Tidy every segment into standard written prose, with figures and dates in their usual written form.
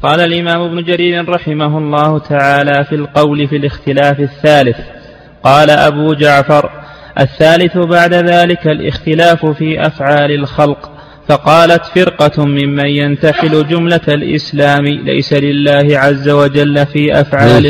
قال الإمام ابن جرير رحمه الله تعالى في القول في الاختلاف الثالث. قال أبو جعفر: الثالث بعد ذلك الاختلاف في أفعال الخلق. فقالت فرقة ممن ينتحل جملة الإسلام: ليس لله عز وجل في أفعاله.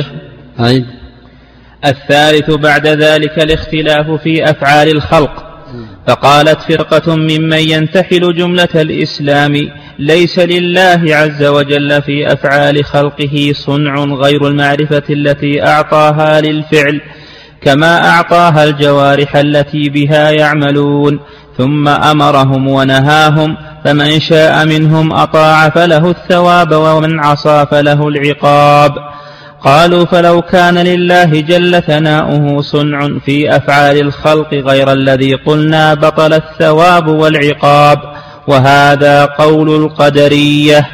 الثالث بعد ذلك الاختلاف في أفعال الخلق. فقالت فرقة ممن ينتحل جملة الإسلام: ليس لله عز وجل في أفعال خلقه صنع غير المعرفة التي أعطاها للفعل، كما أعطاها الجوارح التي بها يعملون، ثم أمرهم ونهاهم، فمن شاء منهم أطاع فله الثواب، ومن عصى فله العقاب. قالوا: فلو كان لله جل ثناؤه صنع في أفعال الخلق غير الذي قلنا بطل الثواب والعقاب. وهذا قول القدرية.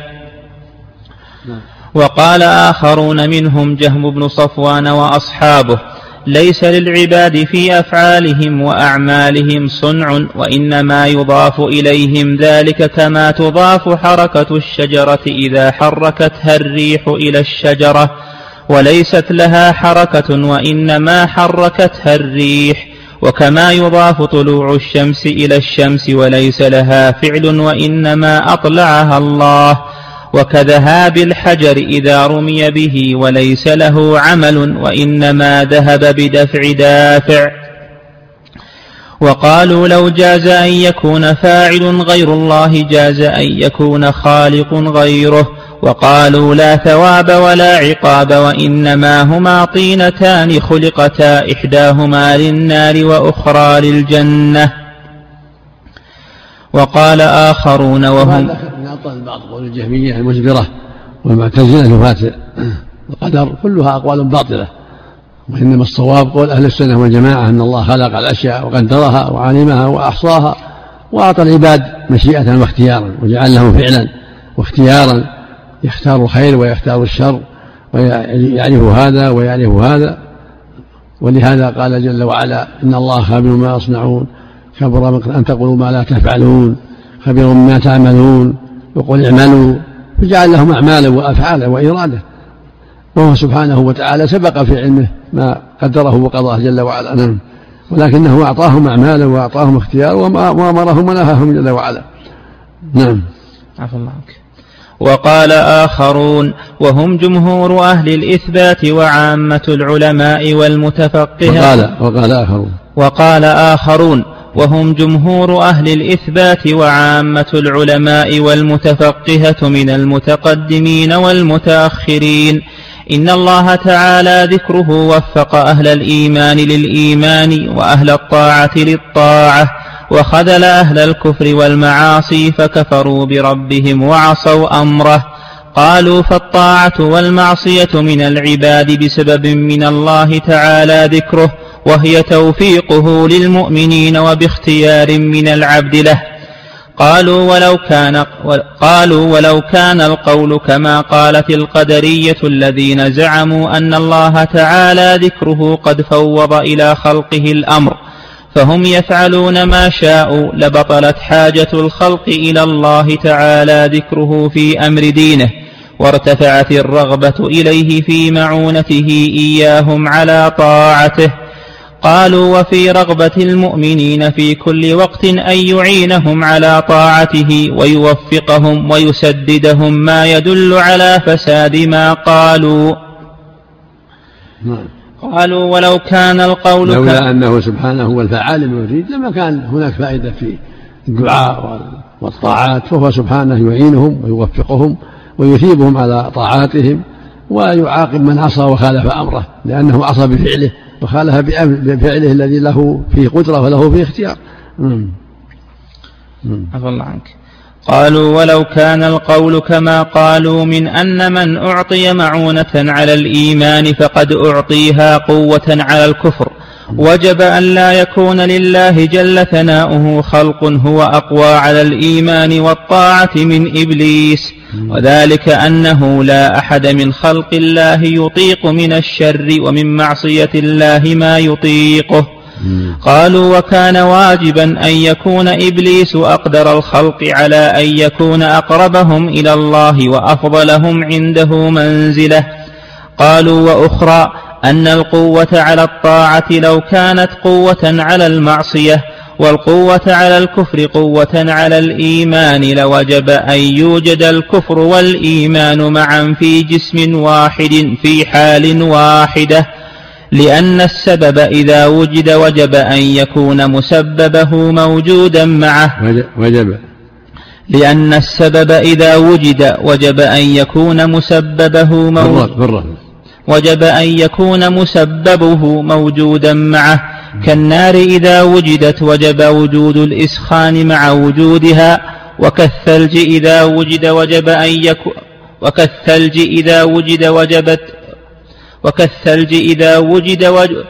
وقال آخرون منهم جهم بن صفوان وأصحابه: ليس للعباد في أفعالهم وأعمالهم صنع، وإنما يضاف إليهم ذلك كما تضاف حركة الشجرة إذا حركتها الريح إلى الشجرة، وليست لها حركة وإنما حركتها الريح، وكما يضاف طلوع الشمس إلى الشمس وليس لها فعل وإنما أطلعها الله، وكذهاب الحجر إذا رمي به وليس له عمل وإنما ذهب بدفع دافع. وقالوا: لو جاز أن يكون فاعل غير الله جاز أن يكون خالق غيره. وقالوا: لا ثواب ولا عقاب، وإنما هما طينتان خلقتا إحداهما للنار وأخرى للجنة. وقال آخرون وهم بعض قول الجهمية المجبرة والمعتزلة نفاة القدر كلها أقوال باطلة، وإنما الصواب قول أهل السنة والجماعة أن الله خلق الأشياء وقدرها وعلمها وأحصاها وأعطى العباد مشيئة واختيارا، وجعل لهم فعلا واختيارا، يختار الخير ويختار الشر، ويعرف هذا ويعرف هذا. ولهذا قال جل وعلا: إن الله خبير ما يصنعون، كبر أن تقولوا ما لا تفعلون، خبير ما تعملون، يقول اعملوا، فجعل لهم أعمالا وأفعالا وإرادة، وهو سبحانه وتعالى سبق في علمه ما قدره وقضاه جل وعلا، ولكنه أعطاهم أعمالا وأعطاهم اختيار وأمرهم ونهاهم جل وعلا. نعم. عفوا الله عنك. وقال آخرون وهم جمهور أهل الإثبات وعامة العلماء والمتفقهة. وقال آخرون وهم جمهور أهل الإثبات وعامة العلماء والمتفقهة من المتقدمين والمتأخرين: إن الله تعالى ذكره وفق أهل الإيمان للإيمان وأهل الطاعة للطاعة، وخذل أهل الكفر والمعاصي فكفروا بربهم وعصوا أمره. قالوا: فالطاعة والمعصية من العباد بسبب من الله تعالى ذكره، وهي توفيقه للمؤمنين وباختيار من العبد له. قالوا: ولو كان القول كما قالت القدرية الذين زعموا أن الله تعالى ذكره قد فوض إلى خلقه الأمر، فهم يفعلون ما شاءوا، لبطلت حاجة الخلق إلى الله تعالى ذكره في أمر دينه، وارتفعت الرغبة إليه في معونته إياهم على طاعته. قالوا: وفي رغبة المؤمنين في كل وقت أن يعينهم على طاعته ويوفقهم ويسددهم ما يدل على فساد ما قالوا. قالوا: ولو كان القول لولا أنه سبحانه هو الفعال لما يريد لما كان هناك فائدة في الدعاء والطاعات، فهو سبحانه يعينهم ويوفقهم ويثيبهم على طاعاتهم، ويعاقب من عصى وخالف أمره، لأنه عصى بفعله وخالف بفعله الذي له فيه قدرة وله فيه اختيار. عفوا الله عنك. قالوا: ولو كان القول كما قالوا من أن من أعطي معونة على الإيمان فقد أعطيها قوة على الكفر، وجب أن لا يكون لله جل ثناؤه خلق هو أقوى على الإيمان والطاعة من إبليس، وذلك أنه لا أحد من خلق الله يطيق من الشر ومن معصية الله ما يطيقه، قالوا وكان واجبا أن يكون إبليس أقدر الخلق على أن يكون أقربهم إلى الله وأفضلهم عنده منزلة. قالوا وأخرى أن القوة على الطاعة لو كانت قوة على المعصية والقوة على الكفر قوة على الإيمان لوجب أن يوجد الكفر والإيمان معا في جسم واحد في حال واحدة، لأن السبب إذا وجد وجب أن يكون مسببه موجودا معه. لأن السبب إذا وجد وجب أن يكون مسببه وجب أن يكون مسببه موجودا معه، كالنار إذا وجدت وجب وجود الإسخان مع وجودها، وكالثلج إذا وجد وجب أن يكون وكالثلج إذا وجد وجبت وكالثلج إذا وجد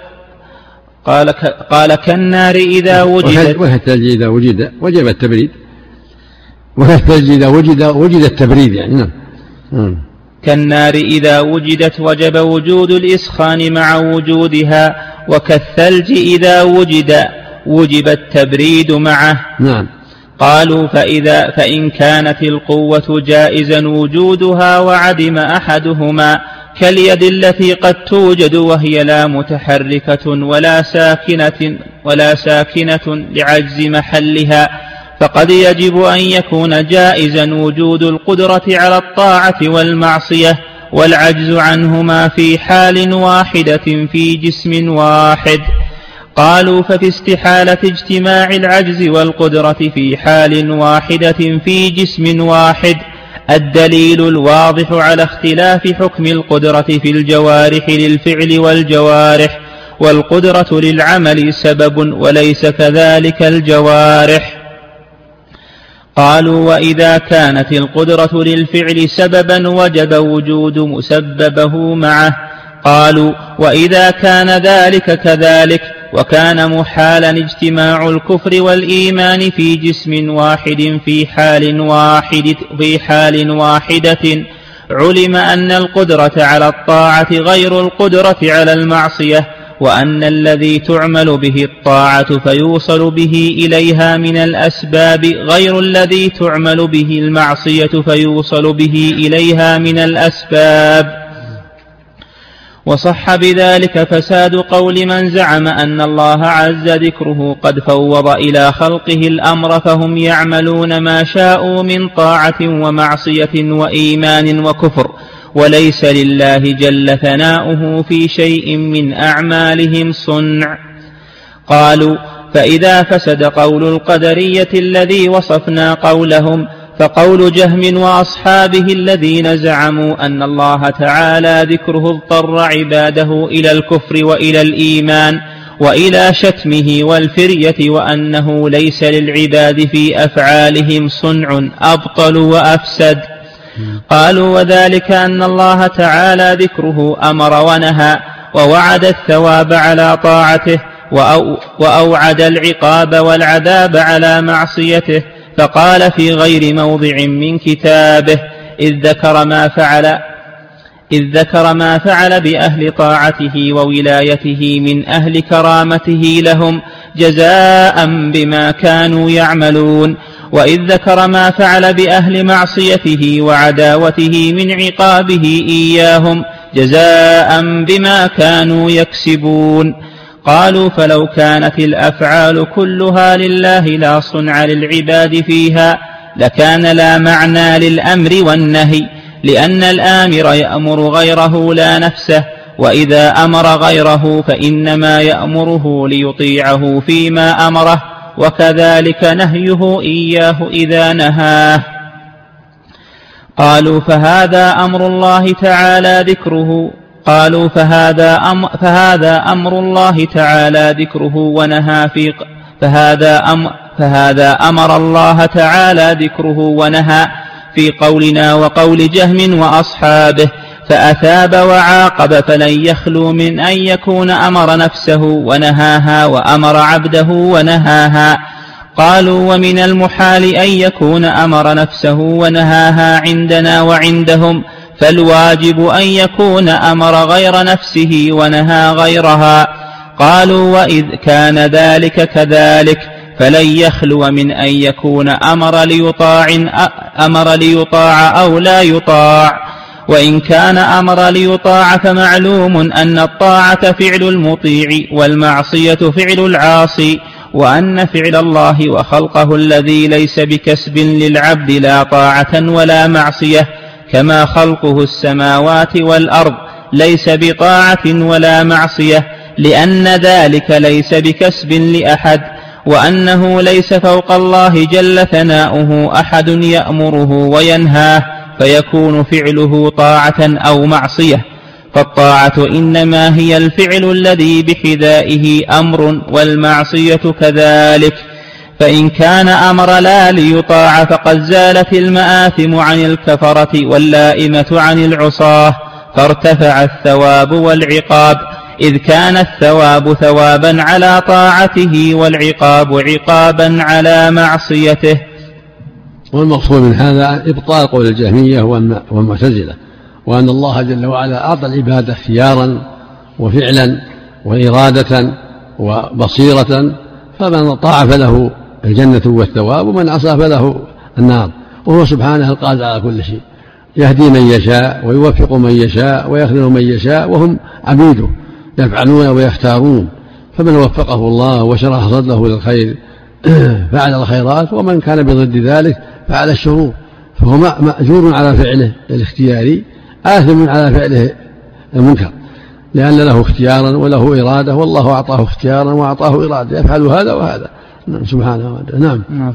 قال كالنار إذا وجدت وكالثلج إذا وجد وجب التبريد، وكالثلج إذا وجد التبريد يعني. كالنار إذا وجدت وجب وجود الإسخان مع وجودها، وكالثلج إذا وجب التبريد معه. نعم. قالوا فإن كانت القوة جائزا وجودها وعدم أحدهما كاليد التي قد توجد وهي لا متحركة ولا ساكنة لعجز محلها، فقد يجب أن يكون جائزا وجود القدرة على الطاعة والمعصية والعجز عنهما في حال واحدة في جسم واحد. قالوا ففي استحالة اجتماع العجز والقدرة في حال واحدة في جسم واحد الدليل الواضح على اختلاف حكم القدرة في الجوارح للفعل والجوارح، والقدرة للعمل سبب وليس كذلك الجوارح. قالوا وإذا كانت القدرة للفعل سببا وجب وجود مسببه معه. قالوا وإذا كان ذلك كذلك وكان محالا اجتماع الكفر والإيمان في جسم واحد في حال واحدة علم أن القدرة على الطاعة غير القدرة على المعصية، وأن الذي تعمل به الطاعة فيوصل به إليها من الأسباب غير الذي تعمل به المعصية فيوصل به إليها من الأسباب. وصح بذلك فساد قول من زعم أن الله عز ذكره قد فوض إلى خلقه الأمر فهم يعملون ما شاءوا من طاعة ومعصية وإيمان وكفر، وليس لله جل ثناؤه في شيء من أعمالهم صنع. قالوا فإذا فسد قول القدرية الذي وصفنا قولهم فقول جهم وأصحابه الذين زعموا أن الله تعالى ذكره اضطر عباده إلى الكفر وإلى الإيمان وإلى شتمه والفرية، وأنه ليس للعباد في أفعالهم صنع أبطل وأفسد. قالوا وذلك أن الله تعالى ذكره أمر ونهى ووعد الثواب على طاعته وأوعد العقاب والعذاب على معصيته، فقال في غير موضع من كتابه إذ ذكر ما فعل بأهل طاعته وولايته من أهل كرامته لهم جزاء بما كانوا يعملون، وإذ ذكر ما فعل بأهل معصيته وعداوته من عقابه إياهم جزاء بما كانوا يكسبون. قالوا فلو كانت الأفعال كلها لله لا صنع للعباد فيها لكان لا معنى للأمر والنهي، لأن الآمر يأمر غيره لا نفسه، وإذا أمر غيره فإنما يأمره ليطيعه فيما أمره، وكذلك نهيه إياه إذا نهاه. قالوا فهذا أمر الله تعالى ذكره ونهى فهذا أمر الله تعالى ذكره ونهى في قولنا وقول جهم وأصحابه، فأثاب وعاقب فلن يخلو من أن يكون أمر نفسه ونهاها وأمر عبده ونهاها. قالوا ومن المحال أن يكون أمر نفسه ونهاها عندنا وعندهم، فالواجب أن يكون أمر غير نفسه ونهى غيرها. قالوا وإذ كان ذلك كذلك فلن يخلو من أن يكون أمر ليطاع أو لا يطاع. وإن كان أمر ليطاع فمعلوم أن الطاعة فعل المطيع والمعصية فعل العاصي، وأن فعل الله وخلقه الذي ليس بكسب للعبد لا طاعة ولا معصية، كما خلقه السماوات والأرض ليس بطاعة ولا معصية، لأن ذلك ليس بكسب لأحد، وأنه ليس فوق الله جل ثناؤه أحد يأمره وينهاه فيكون فعله طاعة أو معصية. فالطاعة إنما هي الفعل الذي بحذائه أمر، والمعصية كذلك. فإن كان أمر لا ليطاع فقد زالت المآثم عن الكفرة واللائمة عن العصاة، فارتفع الثواب والعقاب، إذ كان الثواب ثوابا على طاعته والعقاب عقابا على معصيته. والمقصود من هذا إبطال قول الجهمية والمعتزلة، وأن الله جل وعلا أعطى العبادة اختيارا وفعلا وإرادة وبصيرة، فمن طاع فله الجنة والثواب، ومن عصى فله النار، وهو سبحانه القادر على كل شيء، يهدي من يشاء ويوفق من يشاء ويخذل من يشاء، وهم عبيده يفعلون ويختارون. فمن وفقه الله وشرح صدره للخير فعل الخيرات، ومن كان بضد ذلك فعل الشرور، فهو مأجور على فعله الاختياري آثم على فعله المنكر، لأن له اختيارا وله إرادة، والله أعطاه اختيارا وأعطاه إرادة، يفعل هذا وهذا سبحانه وتعالى. نعم.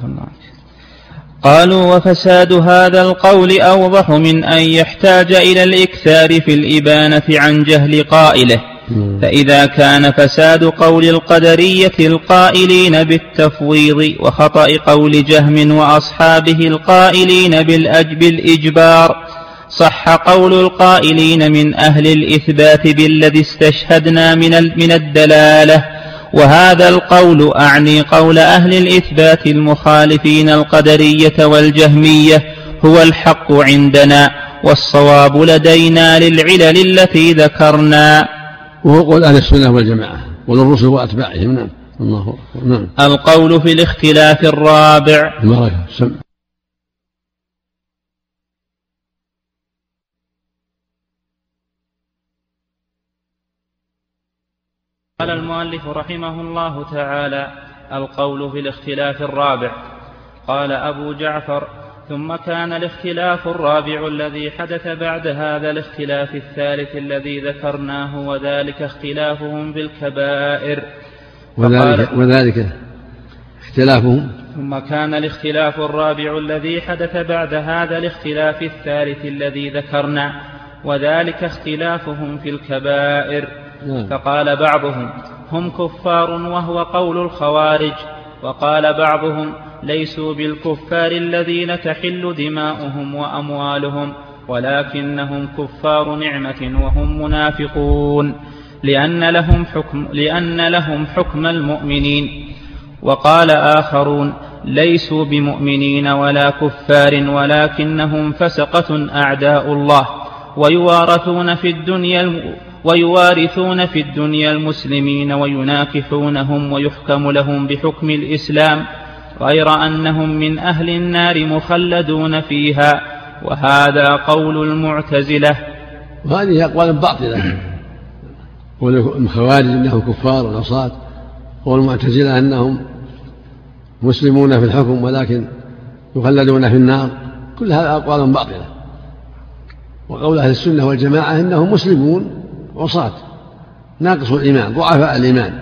قالوا وفساد هذا القول أوضح من أن يحتاج إلى الإكثار في الإبانة عن جهل قائله. فإذا كان فساد قول القدرية القائلين بالتفويض وخطأ قول جهم وأصحابه القائلين بالإجبار، صح قول القائلين من أهل الإثبات بالذي استشهدنا من الدلالة. وهذا القول أعني قول أهل الإثبات المخالفين القدرية والجهمية هو الحق عندنا، والصواب لدينا للعلل التي ذكرنا. وهو قول أهل السنة والجماعة والرسل وأتباعهم. نعم. القول في الاختلاف الرابع. قال المؤلف رحمه الله تعالى: القول في الاختلاف الرابع. قال أبو جعفر: ثم كان الاختلاف الرابع الذي حدث بعد هذا الاختلاف الثالث الذي ذكرناه، وذلك اختلافهم في الكبائر. وذلك اختلافهم. ثم كان الاختلاف الرابع الذي حدث بعد هذا الاختلاف الثالث الذي ذكرنا، وذلك اختلافهم في الكبائر. فقال بعضهم: هم كفار، وهو قول الخوارج. وقال بعضهم: ليسوا بالكفار الذين تحل دماؤهم وأموالهم، ولكنهم كفار نعمة وهم منافقون، لأن لهم حكم المؤمنين. وقال آخرون: ليسوا بمؤمنين ولا كفار، ولكنهم فسقة أعداء الله، ويوارثون في الدنيا المسلمين ويناكحونهم ويحكم لهم بحكم الإسلام، غير أنهم من أهل النار مخلدون فيها. وهذا قول المعتزلة. وهذه أقوال باطلة، والخوارج أنهم كفار ونصارى، والمعتزلة أنهم مسلمون في الحكم ولكن يخلدون في النار، كل هذا أقوال باطلة. وقول أهل السنة والجماعة إنهم مسلمون عصاة ناقصوا الإيمان ضعفاء الإيمان،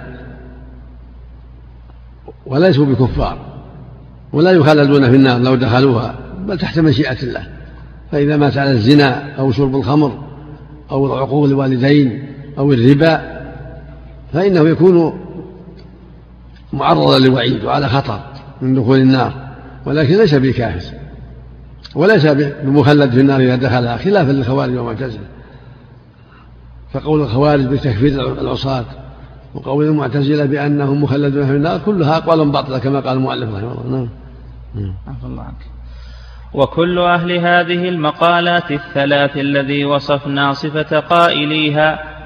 وليسوا بكفار، ولا يخلدون في النار لو دخلوها، بل تحت مشيئة الله. فإذا مات على الزنا أو شرب الخمر أو عقوق الوالدين أو الربا فإنه يكون معرضا للوعيد وعلى خطر من دخول النار، ولكن ليس بكافر وليس بمخلد في النار إذا دخلها، خلافا للخوارج والمعتزلة. فقول الخوارج بتكفير العصاة وقول المعتزلة بأنهم مخلدون في النار كلها أقوال باطلة كما قال المؤلف رحمه الله. نعم. وكل أهل هذه المقالات الثلاث الذي وصفنا صفة قائليها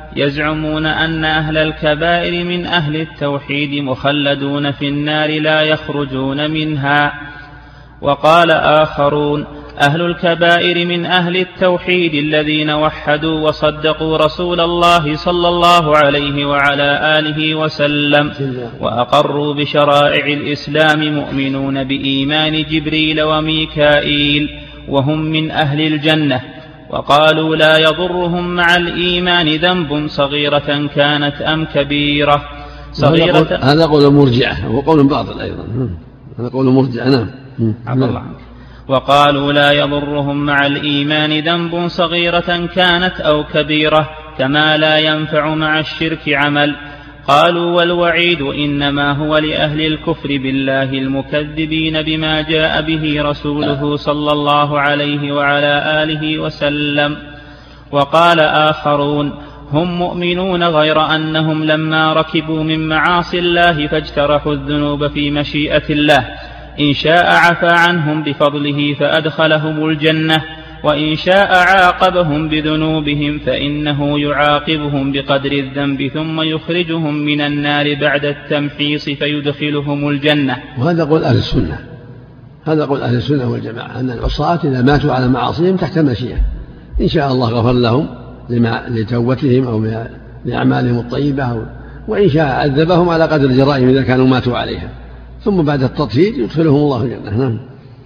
يزعمون أن أهل الكبائر من أهل التوحيد مخلدون في النار لا يخرجون منها. وقال آخرون: أهل الكبائر من أهل التوحيد الذين وحدوا وصدقوا رسول الله صلى الله عليه وعلى آله وسلم وأقروا بشرائع الإسلام مؤمنون بإيمان جبريل وميكائيل وهم من أهل الجنة. وقالوا: لا يضرهم مع الإيمان ذنب صغيرة كانت أم كبيرة. هذا قول المرجئة وهو قول باطل أيضا. هذا قول المرجئة. نعم. عفى الله عنك. وقالوا: لا يضرهم مع الإيمان ذنب صغيرة كانت أو كبيرة كما لا ينفع مع الشرك عمل. قالوا: والوعيد إنما هو لأهل الكفر بالله المكذبين بما جاء به رسوله صلى الله عليه وعلى آله وسلم. وقال آخرون: هم مؤمنون غير أنهم لما ركبوا من معاصي الله فاجترحوا الذنوب في مشيئة الله، إن شاء عفى عنهم بفضله فأدخلهم الجنة، وإن شاء عاقبهم بذنوبهم فإنه يعاقبهم بقدر الذنب ثم يخرجهم من النار بعد التمحيص فيدخلهم الجنة. وهذا قول أهل السنة. هذا قول أهل السنة والجماعة أن العصاة إذا ماتوا على معاصيهم تحت المشيئة، إن شاء الله غفر لهم لتوبتهم أو لأعمالهم الطيبة، وإن شاء عذبهم على قدر جرائهم إذا كانوا ماتوا عليها، ثم بعد التطهير يدخلهم الله الجنة.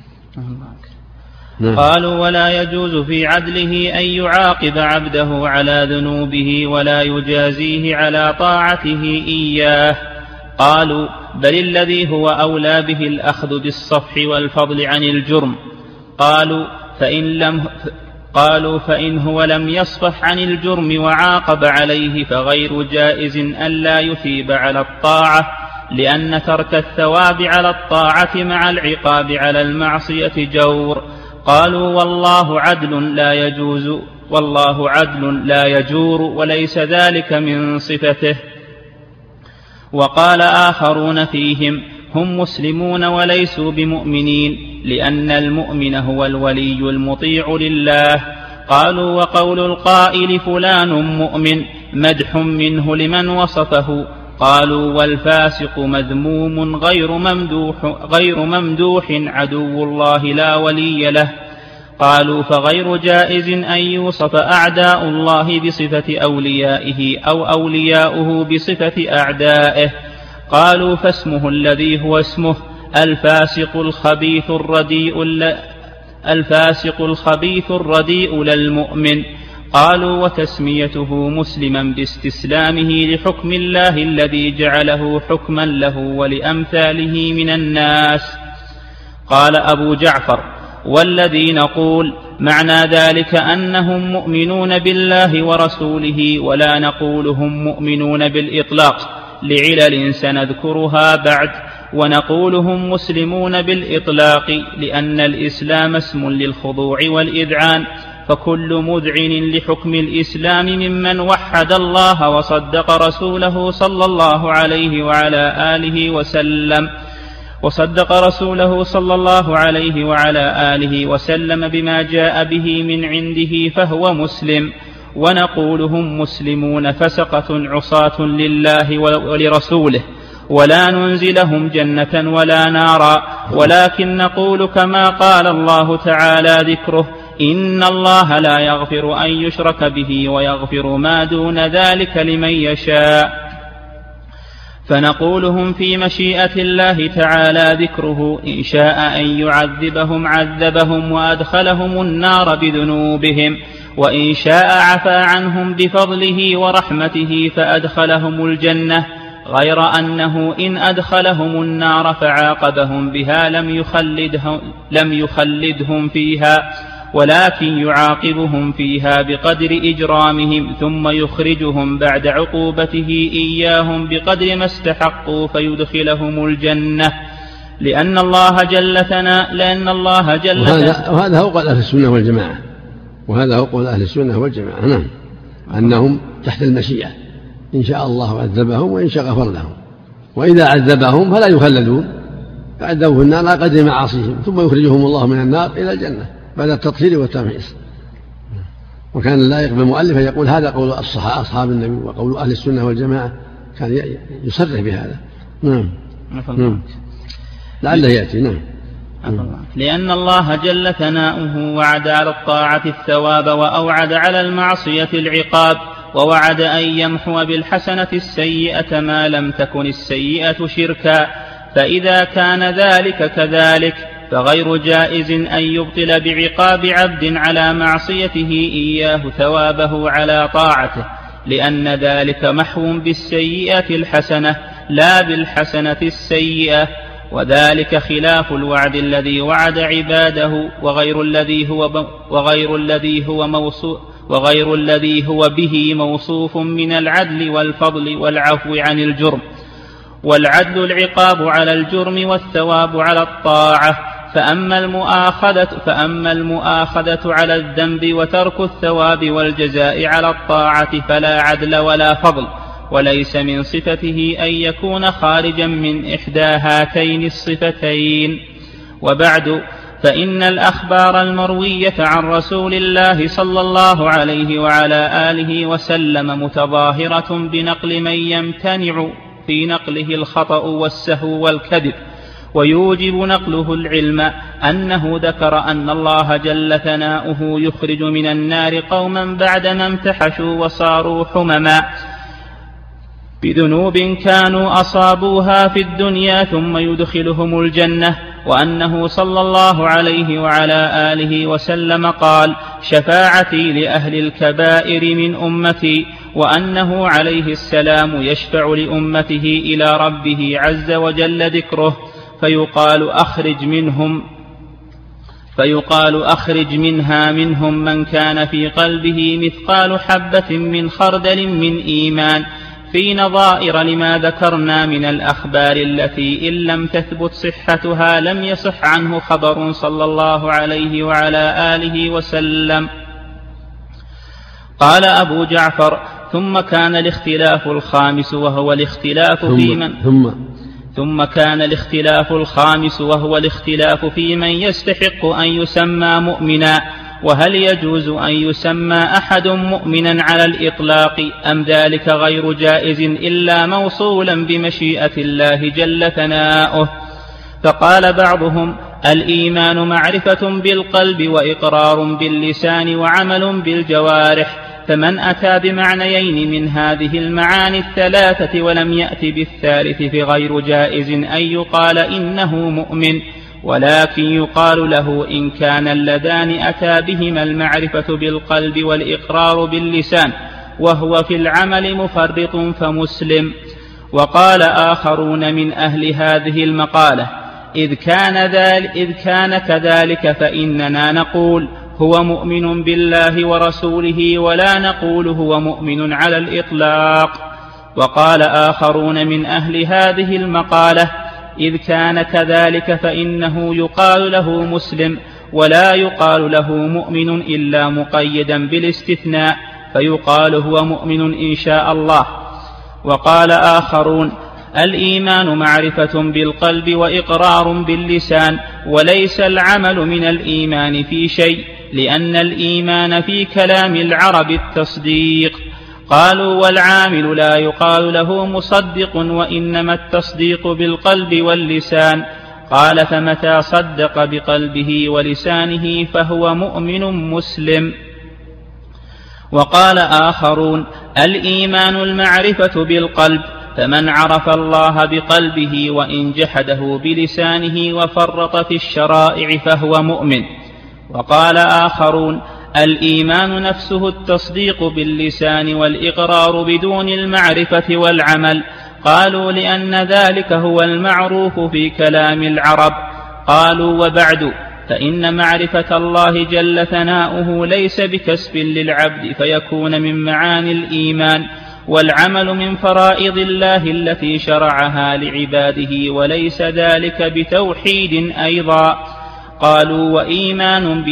نعم. قالوا: ولا يجوز في عدله أن يعاقب عبده على ذنوبه ولا يجازيه على طاعته إياه. قالوا: بل الذي هو أولى به الأخذ بالصفح والفضل عن الجرم. قالوا: فإن هو لم يصفح عن الجرم وعاقب عليه فغير جائز أن لا يثيب على الطاعة، لأن ترك الثواب على الطاعة مع العقاب على المعصية جور. قالوا: والله عدل لا يجور وليس ذلك من صفته. وقال آخرون فيهم: هم مسلمون وليسوا بمؤمنين، لأن المؤمن هو الولي المطيع لله. قالوا: وقول القائل فلان مؤمن مدح منه لمن وصفه. قالوا: والفاسق مذموم غير ممدوح عدو الله لا ولي له. قالوا: فغير جائز أن يوصف أعداء الله بصفة أوليائه أو أولياؤه بصفة أعدائه. قالوا: فاسمه الذي هو اسمه الفاسق الخبيث الرديء للمؤمن. قالوا: وتسميته مسلما باستسلامه لحكم الله الذي جعله حكما له ولأمثاله من الناس. قال أبو جعفر: والذي نقول معنى ذلك أنهم مؤمنون بالله ورسوله، ولا نقول هم مؤمنون بالإطلاق لعلل سنذكرها بعد، ونقول هم مسلمون بالإطلاق لأن الإسلام اسم للخضوع والإذعان، فكل مذعن لحكم الإسلام ممن وحد الله وصدق رسوله صلى الله عليه وعلى آله وسلم بما جاء به من عنده فهو مسلم. ونقول هم مسلمون فسقة عصاة لله ولرسوله، ولا ننزلهم جنة ولا نارا، ولكن نقول كما قال الله تعالى ذكره: إن الله لا يغفر أن يشرك به ويغفر ما دون ذلك لمن يشاء. فنقول هم في مشيئة الله تعالى ذكره، إن شاء أن يعذبهم عذبهم وأدخلهم النار بذنوبهم، وإن شاء عفى عنهم بفضله ورحمته فأدخلهم الجنة، غير أنه إن أدخلهم النار فعاقبهم بها لم يخلدهم فيها، ولكن يعاقبهم فيها بقدر إجرامهم، ثم يخرجهم بعد عقوبته إياهم بقدر ما استحقوا فيدخلهم الجنة، لأن الله جل ثناؤه. وهذا هو قول أهل السنة والجماعة. نعم، أنهم تحت المشيئة، إن شاء الله عذبهم وإن شاء غفر لهم، وإذا عذبهم فلا يخلدون، يعذبوا في النار على قدر معاصيهم، ثم يخرجهم الله من النار إلى الجنة بعد التطهير والتمحيص. وكان اللائق بالمؤلف أن يقول هذا قول أصحاب النبي وقول أهل السنة والجماعة، كان يصرح بهذا. نعم. لعله يأتي. نعم. لأن الله جل ثناؤه وعد على الطاعة الثواب وأوعد على المعصية العقاب، ووعد أن يمحو بالحسنة السيئة ما لم تكن السيئة شركا، فإذا كان ذلك كذلك فغير جائز أن يبطل بعقاب عبد على معصيته إياه ثوابه على طاعته، لأن ذلك محو بالسيئة الحسنة لا بالحسنة السيئة، وذلك خلاف الوعد الذي وعد عباده وغير الذي هو به موصوف من العدل والفضل والعفو عن الجرم. والعدل العقاب على الجرم والثواب على الطاعة، فأما المؤاخذة على الذنب وترك الثواب والجزاء على الطاعة فلا عدل ولا فضل، وليس من صفته أن يكون خارجا من إحدى هاتين الصفتين. وبعد، فإن الأخبار المروية عن رسول الله صلى الله عليه وعلى آله وسلم متظاهرة بنقل من يمتنع في نقله الخطأ والسهو والكذب، ويوجب نقله العلم، أنه ذكر أن الله جل ثناؤه يخرج من النار قوما بعدما امتحشوا وصاروا حمما بذنوب كانوا أصابوها في الدنيا ثم يدخلهم الجنة، وأنه صلى الله عليه وعلى آله وسلم قال: شفاعتي لأهل الكبائر من أمتي، وأنه عليه السلام يشفع لأمته إلى ربه عز وجل ذكره، فيقال أخرج منها منهم من كان في قلبه مثقال حبة من خردل من إيمان، في نظائر لما ذكرنا من الأخبار التي إن لم تثبت صحتها لم يصح عنه خبر صلى الله عليه وعلى آله وسلم. قال أبو جعفر: ثم كان الاختلاف الخامس وهو الاختلاف في من يستحق أن يسمى مؤمنا، وهل يجوز أن يسمى أحد مؤمنا على الإطلاق أم ذلك غير جائز إلا موصولا بمشيئة الله جل ثناؤه. فقال بعضهم: الإيمان معرفة بالقلب وإقرار باللسان وعمل بالجوارح، فمن أتى بمعنيين من هذه المعاني الثلاثة ولم يأت بالثالث فغير جائز أن يقال إنه مؤمن، ولكن يقال له إن كان اللذان أتى بهما المعرفة بالقلب والإقرار باللسان وهو في العمل مفرط فمسلم. وقال آخرون من أهل هذه المقالة: إذ كان كذلك فإننا نقول هو مؤمن بالله ورسوله ولا نقول هو مؤمن على الإطلاق. وقال آخرون من أهل هذه المقالة: إذ كان كذلك فإنه يقال له مسلم ولا يقال له مؤمن إلا مقيدا بالاستثناء، فيقال هو مؤمن إن شاء الله. وقال آخرون: الإيمان معرفة بالقلب وإقرار باللسان، وليس العمل من الإيمان في شيء، لأن الإيمان في كلام العرب التصديق. قالوا: والعامل لا يقال له مصدق وإنما التصديق بالقلب واللسان. قال: فمتى صدق بقلبه ولسانه فهو مؤمن مسلم. وقال آخرون: الإيمان المعرفة بالقلب، فمن عرف الله بقلبه وإن جحده بلسانه وفرط في الشرائع فهو مؤمن. وقال آخرون: الإيمان نفسه التصديق باللسان والإقرار بدون المعرفة والعمل. قالوا: لأن ذلك هو المعروف في كلام العرب. قالوا: وبعد، فإن معرفة الله جل ثناؤه ليس بكسب للعبد فيكون من معاني الإيمان، والعمل من فرائض الله التي شرعها لعباده، وليس ذلك بتوحيد أيضا. قالوا: وإيمان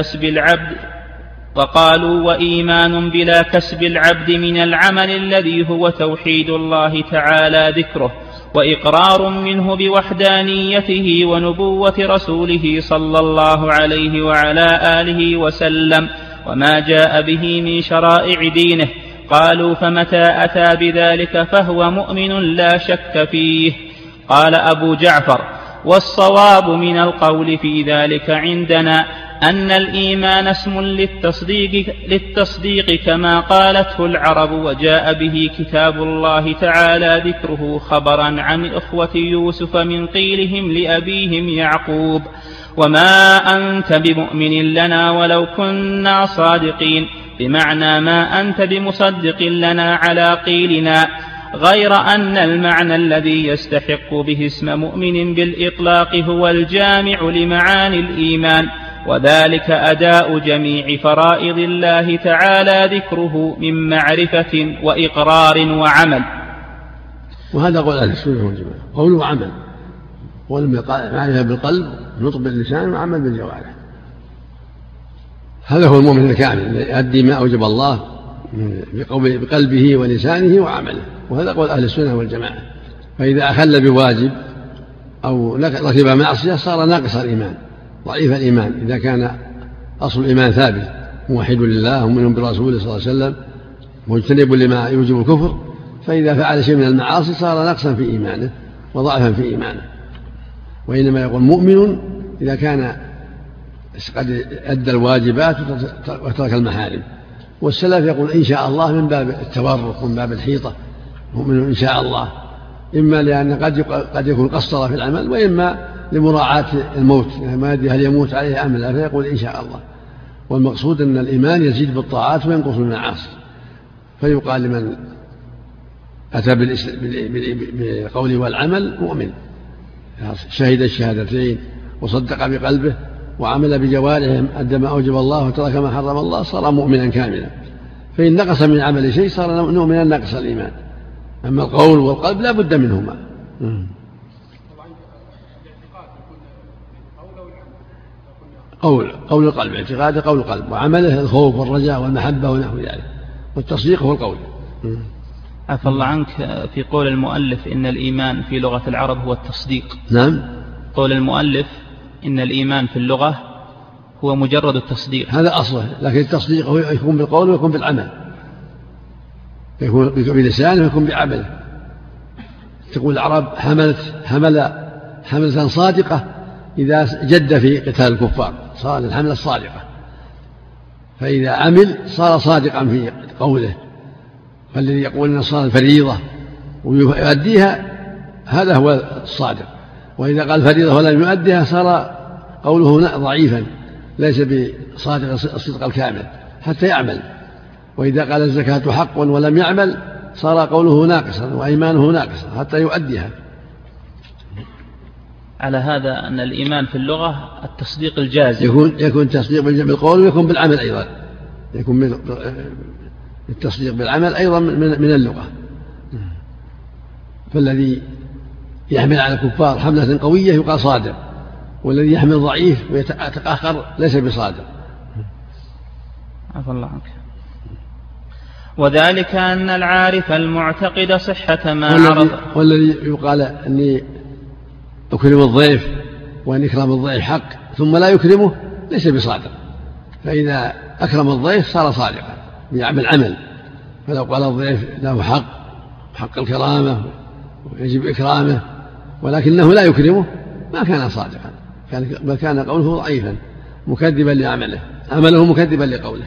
بلا كسب العبد من العمل الذي هو توحيد الله تعالى ذكره، وإقرار منه بوحدانيته ونبوة رسوله صلى الله عليه وعلى آله وسلم، وما جاء به من شرائع دينه. قالوا فمتى أتى بذلك فهو مؤمن لا شك فيه. قال أبو جعفر: والصواب من القول في ذلك عندنا أن الإيمان اسم للتصديق كما قالته العرب، وجاء به كتاب الله تعالى ذكره خبرا عن إخوة يوسف من قيلهم لأبيهم يعقوب: وما أنت بمؤمن لنا ولو كنا صادقين، بمعنى ما أنت بمصدق لنا على قيلنا، غير أن المعنى الذي يستحق به اسم مؤمن بالإطلاق هو الجامع لمعاني الإيمان، وذلك أداء جميع فرائض الله تعالى ذكره من معرفة وإقرار وعمل. وهذا قول أهل السنة والجماعة، قول وعمل، معرفة بالقلب، نطق باللسان، وعمل بالجوارح. هذا هو المؤمن الكامل، يؤدي ما أوجب الله بقلبه ولسانه وعمله، وهذا قول أهل السنة والجماعة. فإذا أخل بواجب أو ركب معصية صار ناقص الإيمان، ضعيف الإيمان. إذا كان أصل الإيمان ثابت، موحد لله ومؤمن برسوله صلى الله عليه وسلم مجتنب لما يوجب الكفر، فإذا فعل شيء من المعاصي صار نقصا في إيمانه وضعفا في إيمانه. وإنما يقول مؤمن إذا كان قد أدى الواجبات وترك المحارم. والسلف يقول إن شاء الله من باب التورق، من باب الحيطة، مؤمن إن شاء الله، إما لأن قد يكون قصر في العمل، وإما لمراعاة الموت، ما يدري هل يموت عليه أم لا، فيقول إن شاء الله. والمقصود أن الإيمان يزيد بالطاعات وينقص بالمعاصي. فيقال لمن أتى بالقول والعمل مؤمن، شهد الشهادتين وصدق بقلبه وعمل بجوارحه، أدى ما أوجب الله وترك ما حرم الله، صار مؤمنا كاملا. فإن نقص من عمل شيء صار مؤمنا نقص الإيمان. أما القول والقلب لا بد منهما. قول القلب، اعتقاده قول القلب، وعمله الخوف والرجاء والمحبة ونحو ذلك، والتصديق هو القول. عفى الله عنك، في قول المؤلف إن الإيمان في لغة العرب هو التصديق. نعم، قول المؤلف إن الإيمان في اللغة هو مجرد التصديق، هذا أصله، لكن التصديق هو يكون بالقول ويكون بالعمل، يكون بلسانه ويكون بعمله. تقول العرب حملة صادقة إذا جد في قتال الكفار، صارت الحملة الصادقة. فإذا عمل صار صادقا في قوله. فالذي يقول إن صار الفريضة ويؤديها هذا هو الصادق، وإذا قال فريضة ولم يؤديها صار قوله ضعيفا، ليس بصادق الصدق الكامل حتى يعمل. وإذا قال الزكاة حق ولم يعمل صار قوله ناقصا وإيمانه ناقصا حتى يؤديها. على هذا أن الإيمان في اللغة التصديق الجازم، يكون تصديق بالقول ويكون بالعمل أيضا، يكون التصديق بالعمل أيضا من اللغة. فالذي يحمل على الكفار حملة قوية يقال صادق، والذي يحمل ضعيف ويتأخر ليس بصادق. عفى الله عنك. وذلك أن العارف المعتقد صحة ما عرف. والذي يقال أني أكرم الضيف وأن إكرام الضيف حق ثم لا يكرمه ليس بصادق. فإذا أكرم الضيف صار صادقا يعمل عمل. فلو قال الضيف له حق الكرامة ويجب إكرامه ولكنه لا يكرمه ما كان صادقا، بل كان قوله ضعيفا مكذبا لعمله، عمله مكذبا لقوله.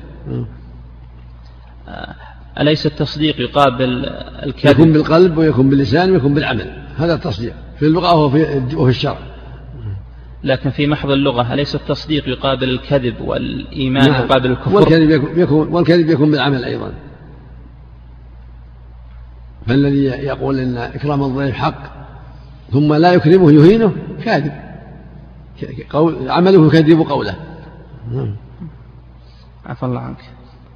أليس التصديق يقابل الكذب؟ يكون بالقلب ويكون باللسان ويكون بالعمل، هذا التصديق في اللغة وفي الشرع. لكن في محض اللغة أليس التصديق يقابل الكذب والإيمان نعم. يقابل الكفر؟ والكذب يكون بالعمل أيضا. فالذي يقول إن إكرام الضيف حق ثم لا يكرمه يهينه كاذب، عمله يكذب قوله. عفى الله عنك.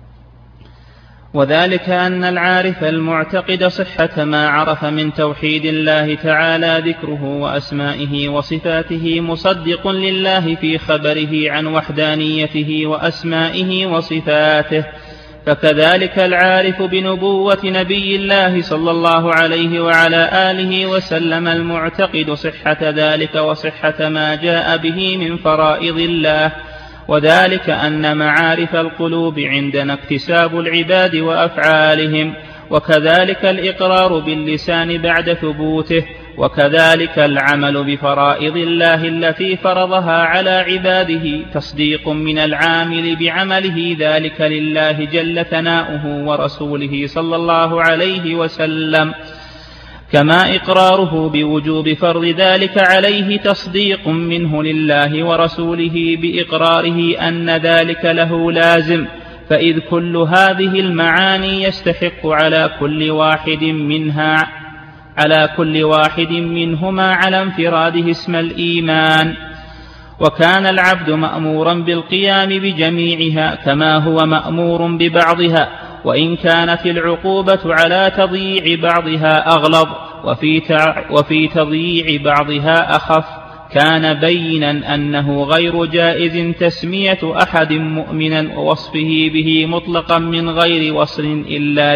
وذلك أن العارف المعتقد صحة ما عرف من توحيد الله تعالى ذكره وأسمائه وصفاته مصدق لله في خبره عن وحدانيته وأسمائه وصفاته، فكذلك العارف بنبوة نبي الله صلى الله عليه وعلى آله وسلم المعتقد صحة ذلك وصحة ما جاء به من فرائض الله وذلك أن معارف القلوب عندنا اكتساب العباد وأفعالهم، وكذلك الإقرار باللسان بعد ثبوته، وكذلك العمل بفرائض الله التي فرضها على عباده تصديق من العامل بعمله ذلك لله جل ثناؤه ورسوله صلى الله عليه وسلم، كما إقراره بوجوب فرض ذلك عليه تصديق منه لله ورسوله بإقراره أن ذلك له لازم. فإذ كل هذه المعاني يستحق على كل واحد منهما على انفراده اسم الإيمان. وكان العبد مأمورا بالقيام بجميعها كما هو مأمور ببعضها، وإن كانت العقوبة على تضييع بعضها أغلظ وفي تضييع بعضها أخف، كان بينا أنه غير جائز تسمية أحد مؤمنا ووصفه به مطلقا من غير وصل إلا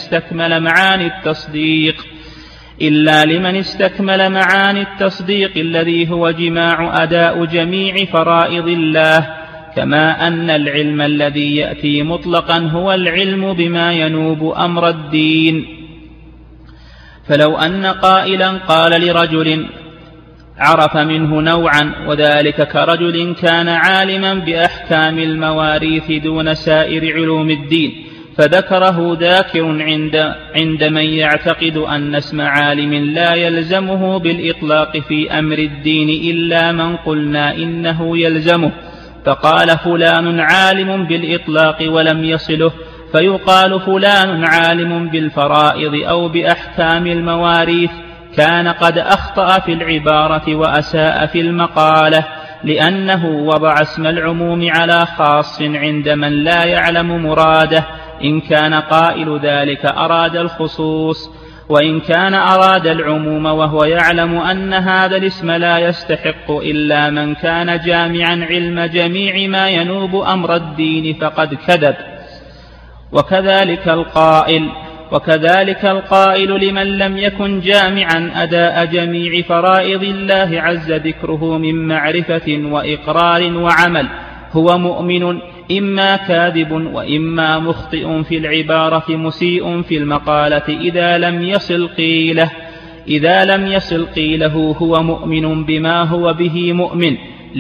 لمن استكمل معاني التصديق الذي هو جماع أداء جميع فرائض الله، كما أن العلم الذي يأتي مطلقا هو العلم بما ينوب أمر الدين. فلو أن قائلا قال لرجل عرف منه نوعا، وذلك كرجل كان عالما بأحكام المواريث دون سائر علوم الدين، فذكره ذاكر عند من يعتقد أن اسم عالم لا يلزمه بالإطلاق في أمر الدين إلا من قلنا إنه يلزمه، فقال فلان عالم بالإطلاق ولم يصله، فيقال فلان عالم بالفرائض أو بأحكام المواريث، كان قد أخطأ في العبارة وأساء في المقالة، لأنه وضع اسم العموم على خاص عند من لا يعلم مراده، إن كان قائل ذلك أراد الخصوص، وإن كان أراد العموم وهو يعلم أن هذا الاسم لا يستحق إلا من كان جامعا علم جميع ما ينوب أمر الدين فقد كذب. وكذلك القائل لمن لم يكن جامعا أداء جميع فرائض الله عز ذكره من معرفة وإقرار وعمل هو مؤمن، إما كاذب وإما مخطئ في العبارة مسيء في المقالة إذا لم يصل قيله هو مؤمن بما هو به مؤمن،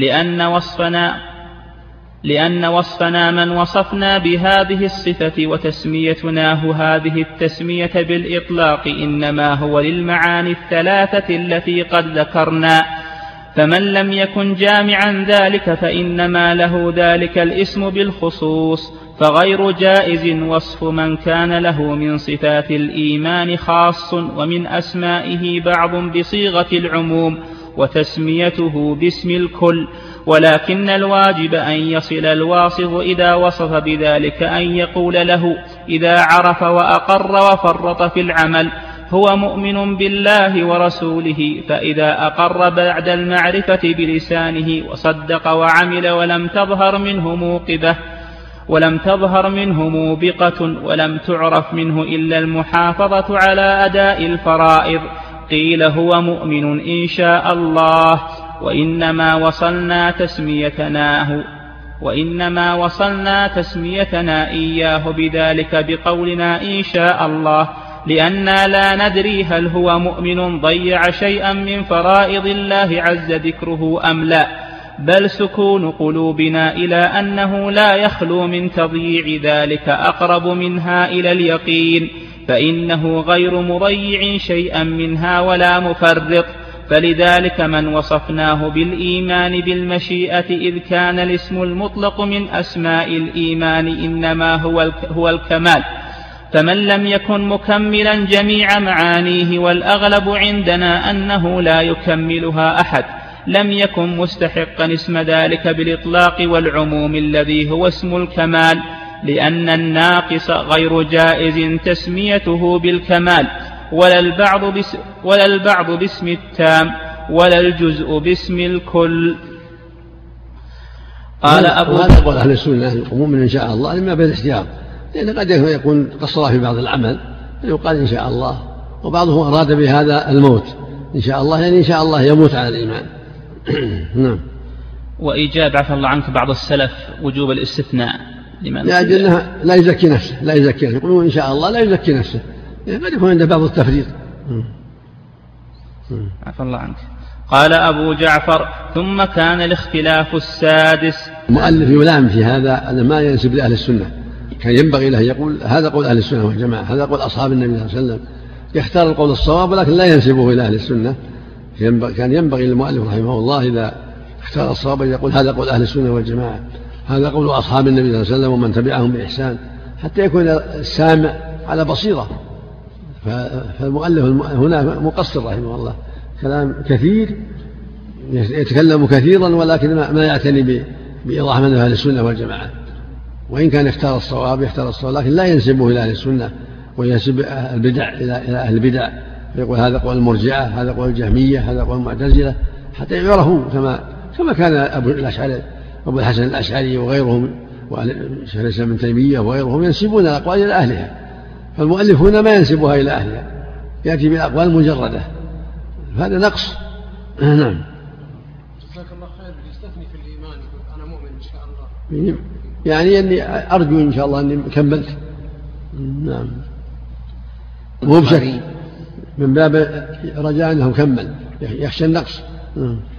لأن وصفنا من وصفنا بهذه الصفة وتسميتناه هذه التسمية بالإطلاق إنما هو للمعاني الثلاثة التي قد ذكرنا، فمن لم يكن جامعا ذلك فإنما له ذلك الاسم بالخصوص، فغير جائز وصف من كان له من صفات الإيمان خاص ومن أسمائه بعض بصيغة العموم وتسميته باسم الكل، ولكن الواجب أن يصل الواصف إذا وصف بذلك أن يقول له إذا عرف وأقر وفرط في العمل هو مؤمن بالله ورسوله، فإذا أقر بعد المعرفة بلسانه وصدق وعمل ولم تظهر منه موبقة ولم تعرف منه إلا المحافظة على أداء الفرائض، قيل هو مؤمن إن شاء الله، وإنما وصلنا تسميتنا إياه بذلك بقولنا إن شاء الله، لأننا لا ندري هل هو مؤمن ضيع شيئا من فرائض الله عز ذكره أم لا، بل سكون قلوبنا إلى أنه لا يخلو من تضييع ذلك أقرب منها إلى اليقين، فإنه غير مضيع شيئا منها ولا مفرط. فلذلك من وصفناه بالإيمان بالمشيئة إذ كان الاسم المطلق من أسماء الإيمان إنما هو الكمال، فمن لم يكن مكملا جميع معانيه والأغلب عندنا أنه لا يكملها أحد لم يكن مستحقا اسم ذلك بالإطلاق والعموم الذي هو اسم الكمال، لأن الناقص غير جائز تسميته بالكمال، ولا البعض باسم التام ولا الجزء باسم الكل. قال هذا قول أهل السنة المؤمن إن شاء الله لما بالاحتياط، لأن قد يكون قصر في بعض العمل فيقال إن شاء الله، وبعضهم أراد بهذا الموت إن شاء الله، يعني إن شاء الله يموت على الإيمان. نعم. وإيجاب عفى الله عنك بعض السلف وجوب الاستثناء لأنها لا يزكي نفسه يقولون إن شاء الله لا يزكي نفسه، يعني قد يكون عنده بعض التفريط. عفى الله عنك. قال أبو جعفر: ثم كان الاختلاف السادس. المؤلف يلام في هذا أن ما ينسب لأهل السنة، كان ينبغي له يقول هذا قول أهل السنة والجماعة، هذا قول أصحاب النبي صلى الله عليه وسلم، يختار القول الصواب ولكن لا ينسبه إلى أهل السنة. كان ينبغي للمؤلف رحمه الله إذا اختار الصواب يقول هذا قول أهل السنة والجماعة، هذا قول أصحاب النبي صلى الله عليه وسلم ومن تبعهم بإحسان، حتى يكون السامع على بصيرة. فالمؤلف هنا مقصر رحمه الله، كلام كثير، يتكلم كثيرا ولكن ما يعتني بإيضاح مذهب أهل السنة والجماعة. وإن كان يختار الصواب لكن لا ينسبه إلى أهل السنة، وينسب البدع إلى أهل البدع، يقول هذا قول المرجعة، هذا قول الجهمية، هذا قول المعتزلة، حتى يعرفوا كما كان أبو الحسن الأشعري وغيرهم وشيخ الإسلام ابن تيمية وغيرهم ينسبون الأقوال إلى أهلها. فالمؤلف هنا ما ينسبها إلى أهلها، يأتي بالأقوال مجردة، هذا نقص. نعم. جزاك الله خير. يستثني في الإيمان يقول أنا مؤمن إن شاء الله، يعني أني أرجو إن شاء الله أني كملت. نعم، مو بشك من باب رجاء أنه كمل، يخشى النقص.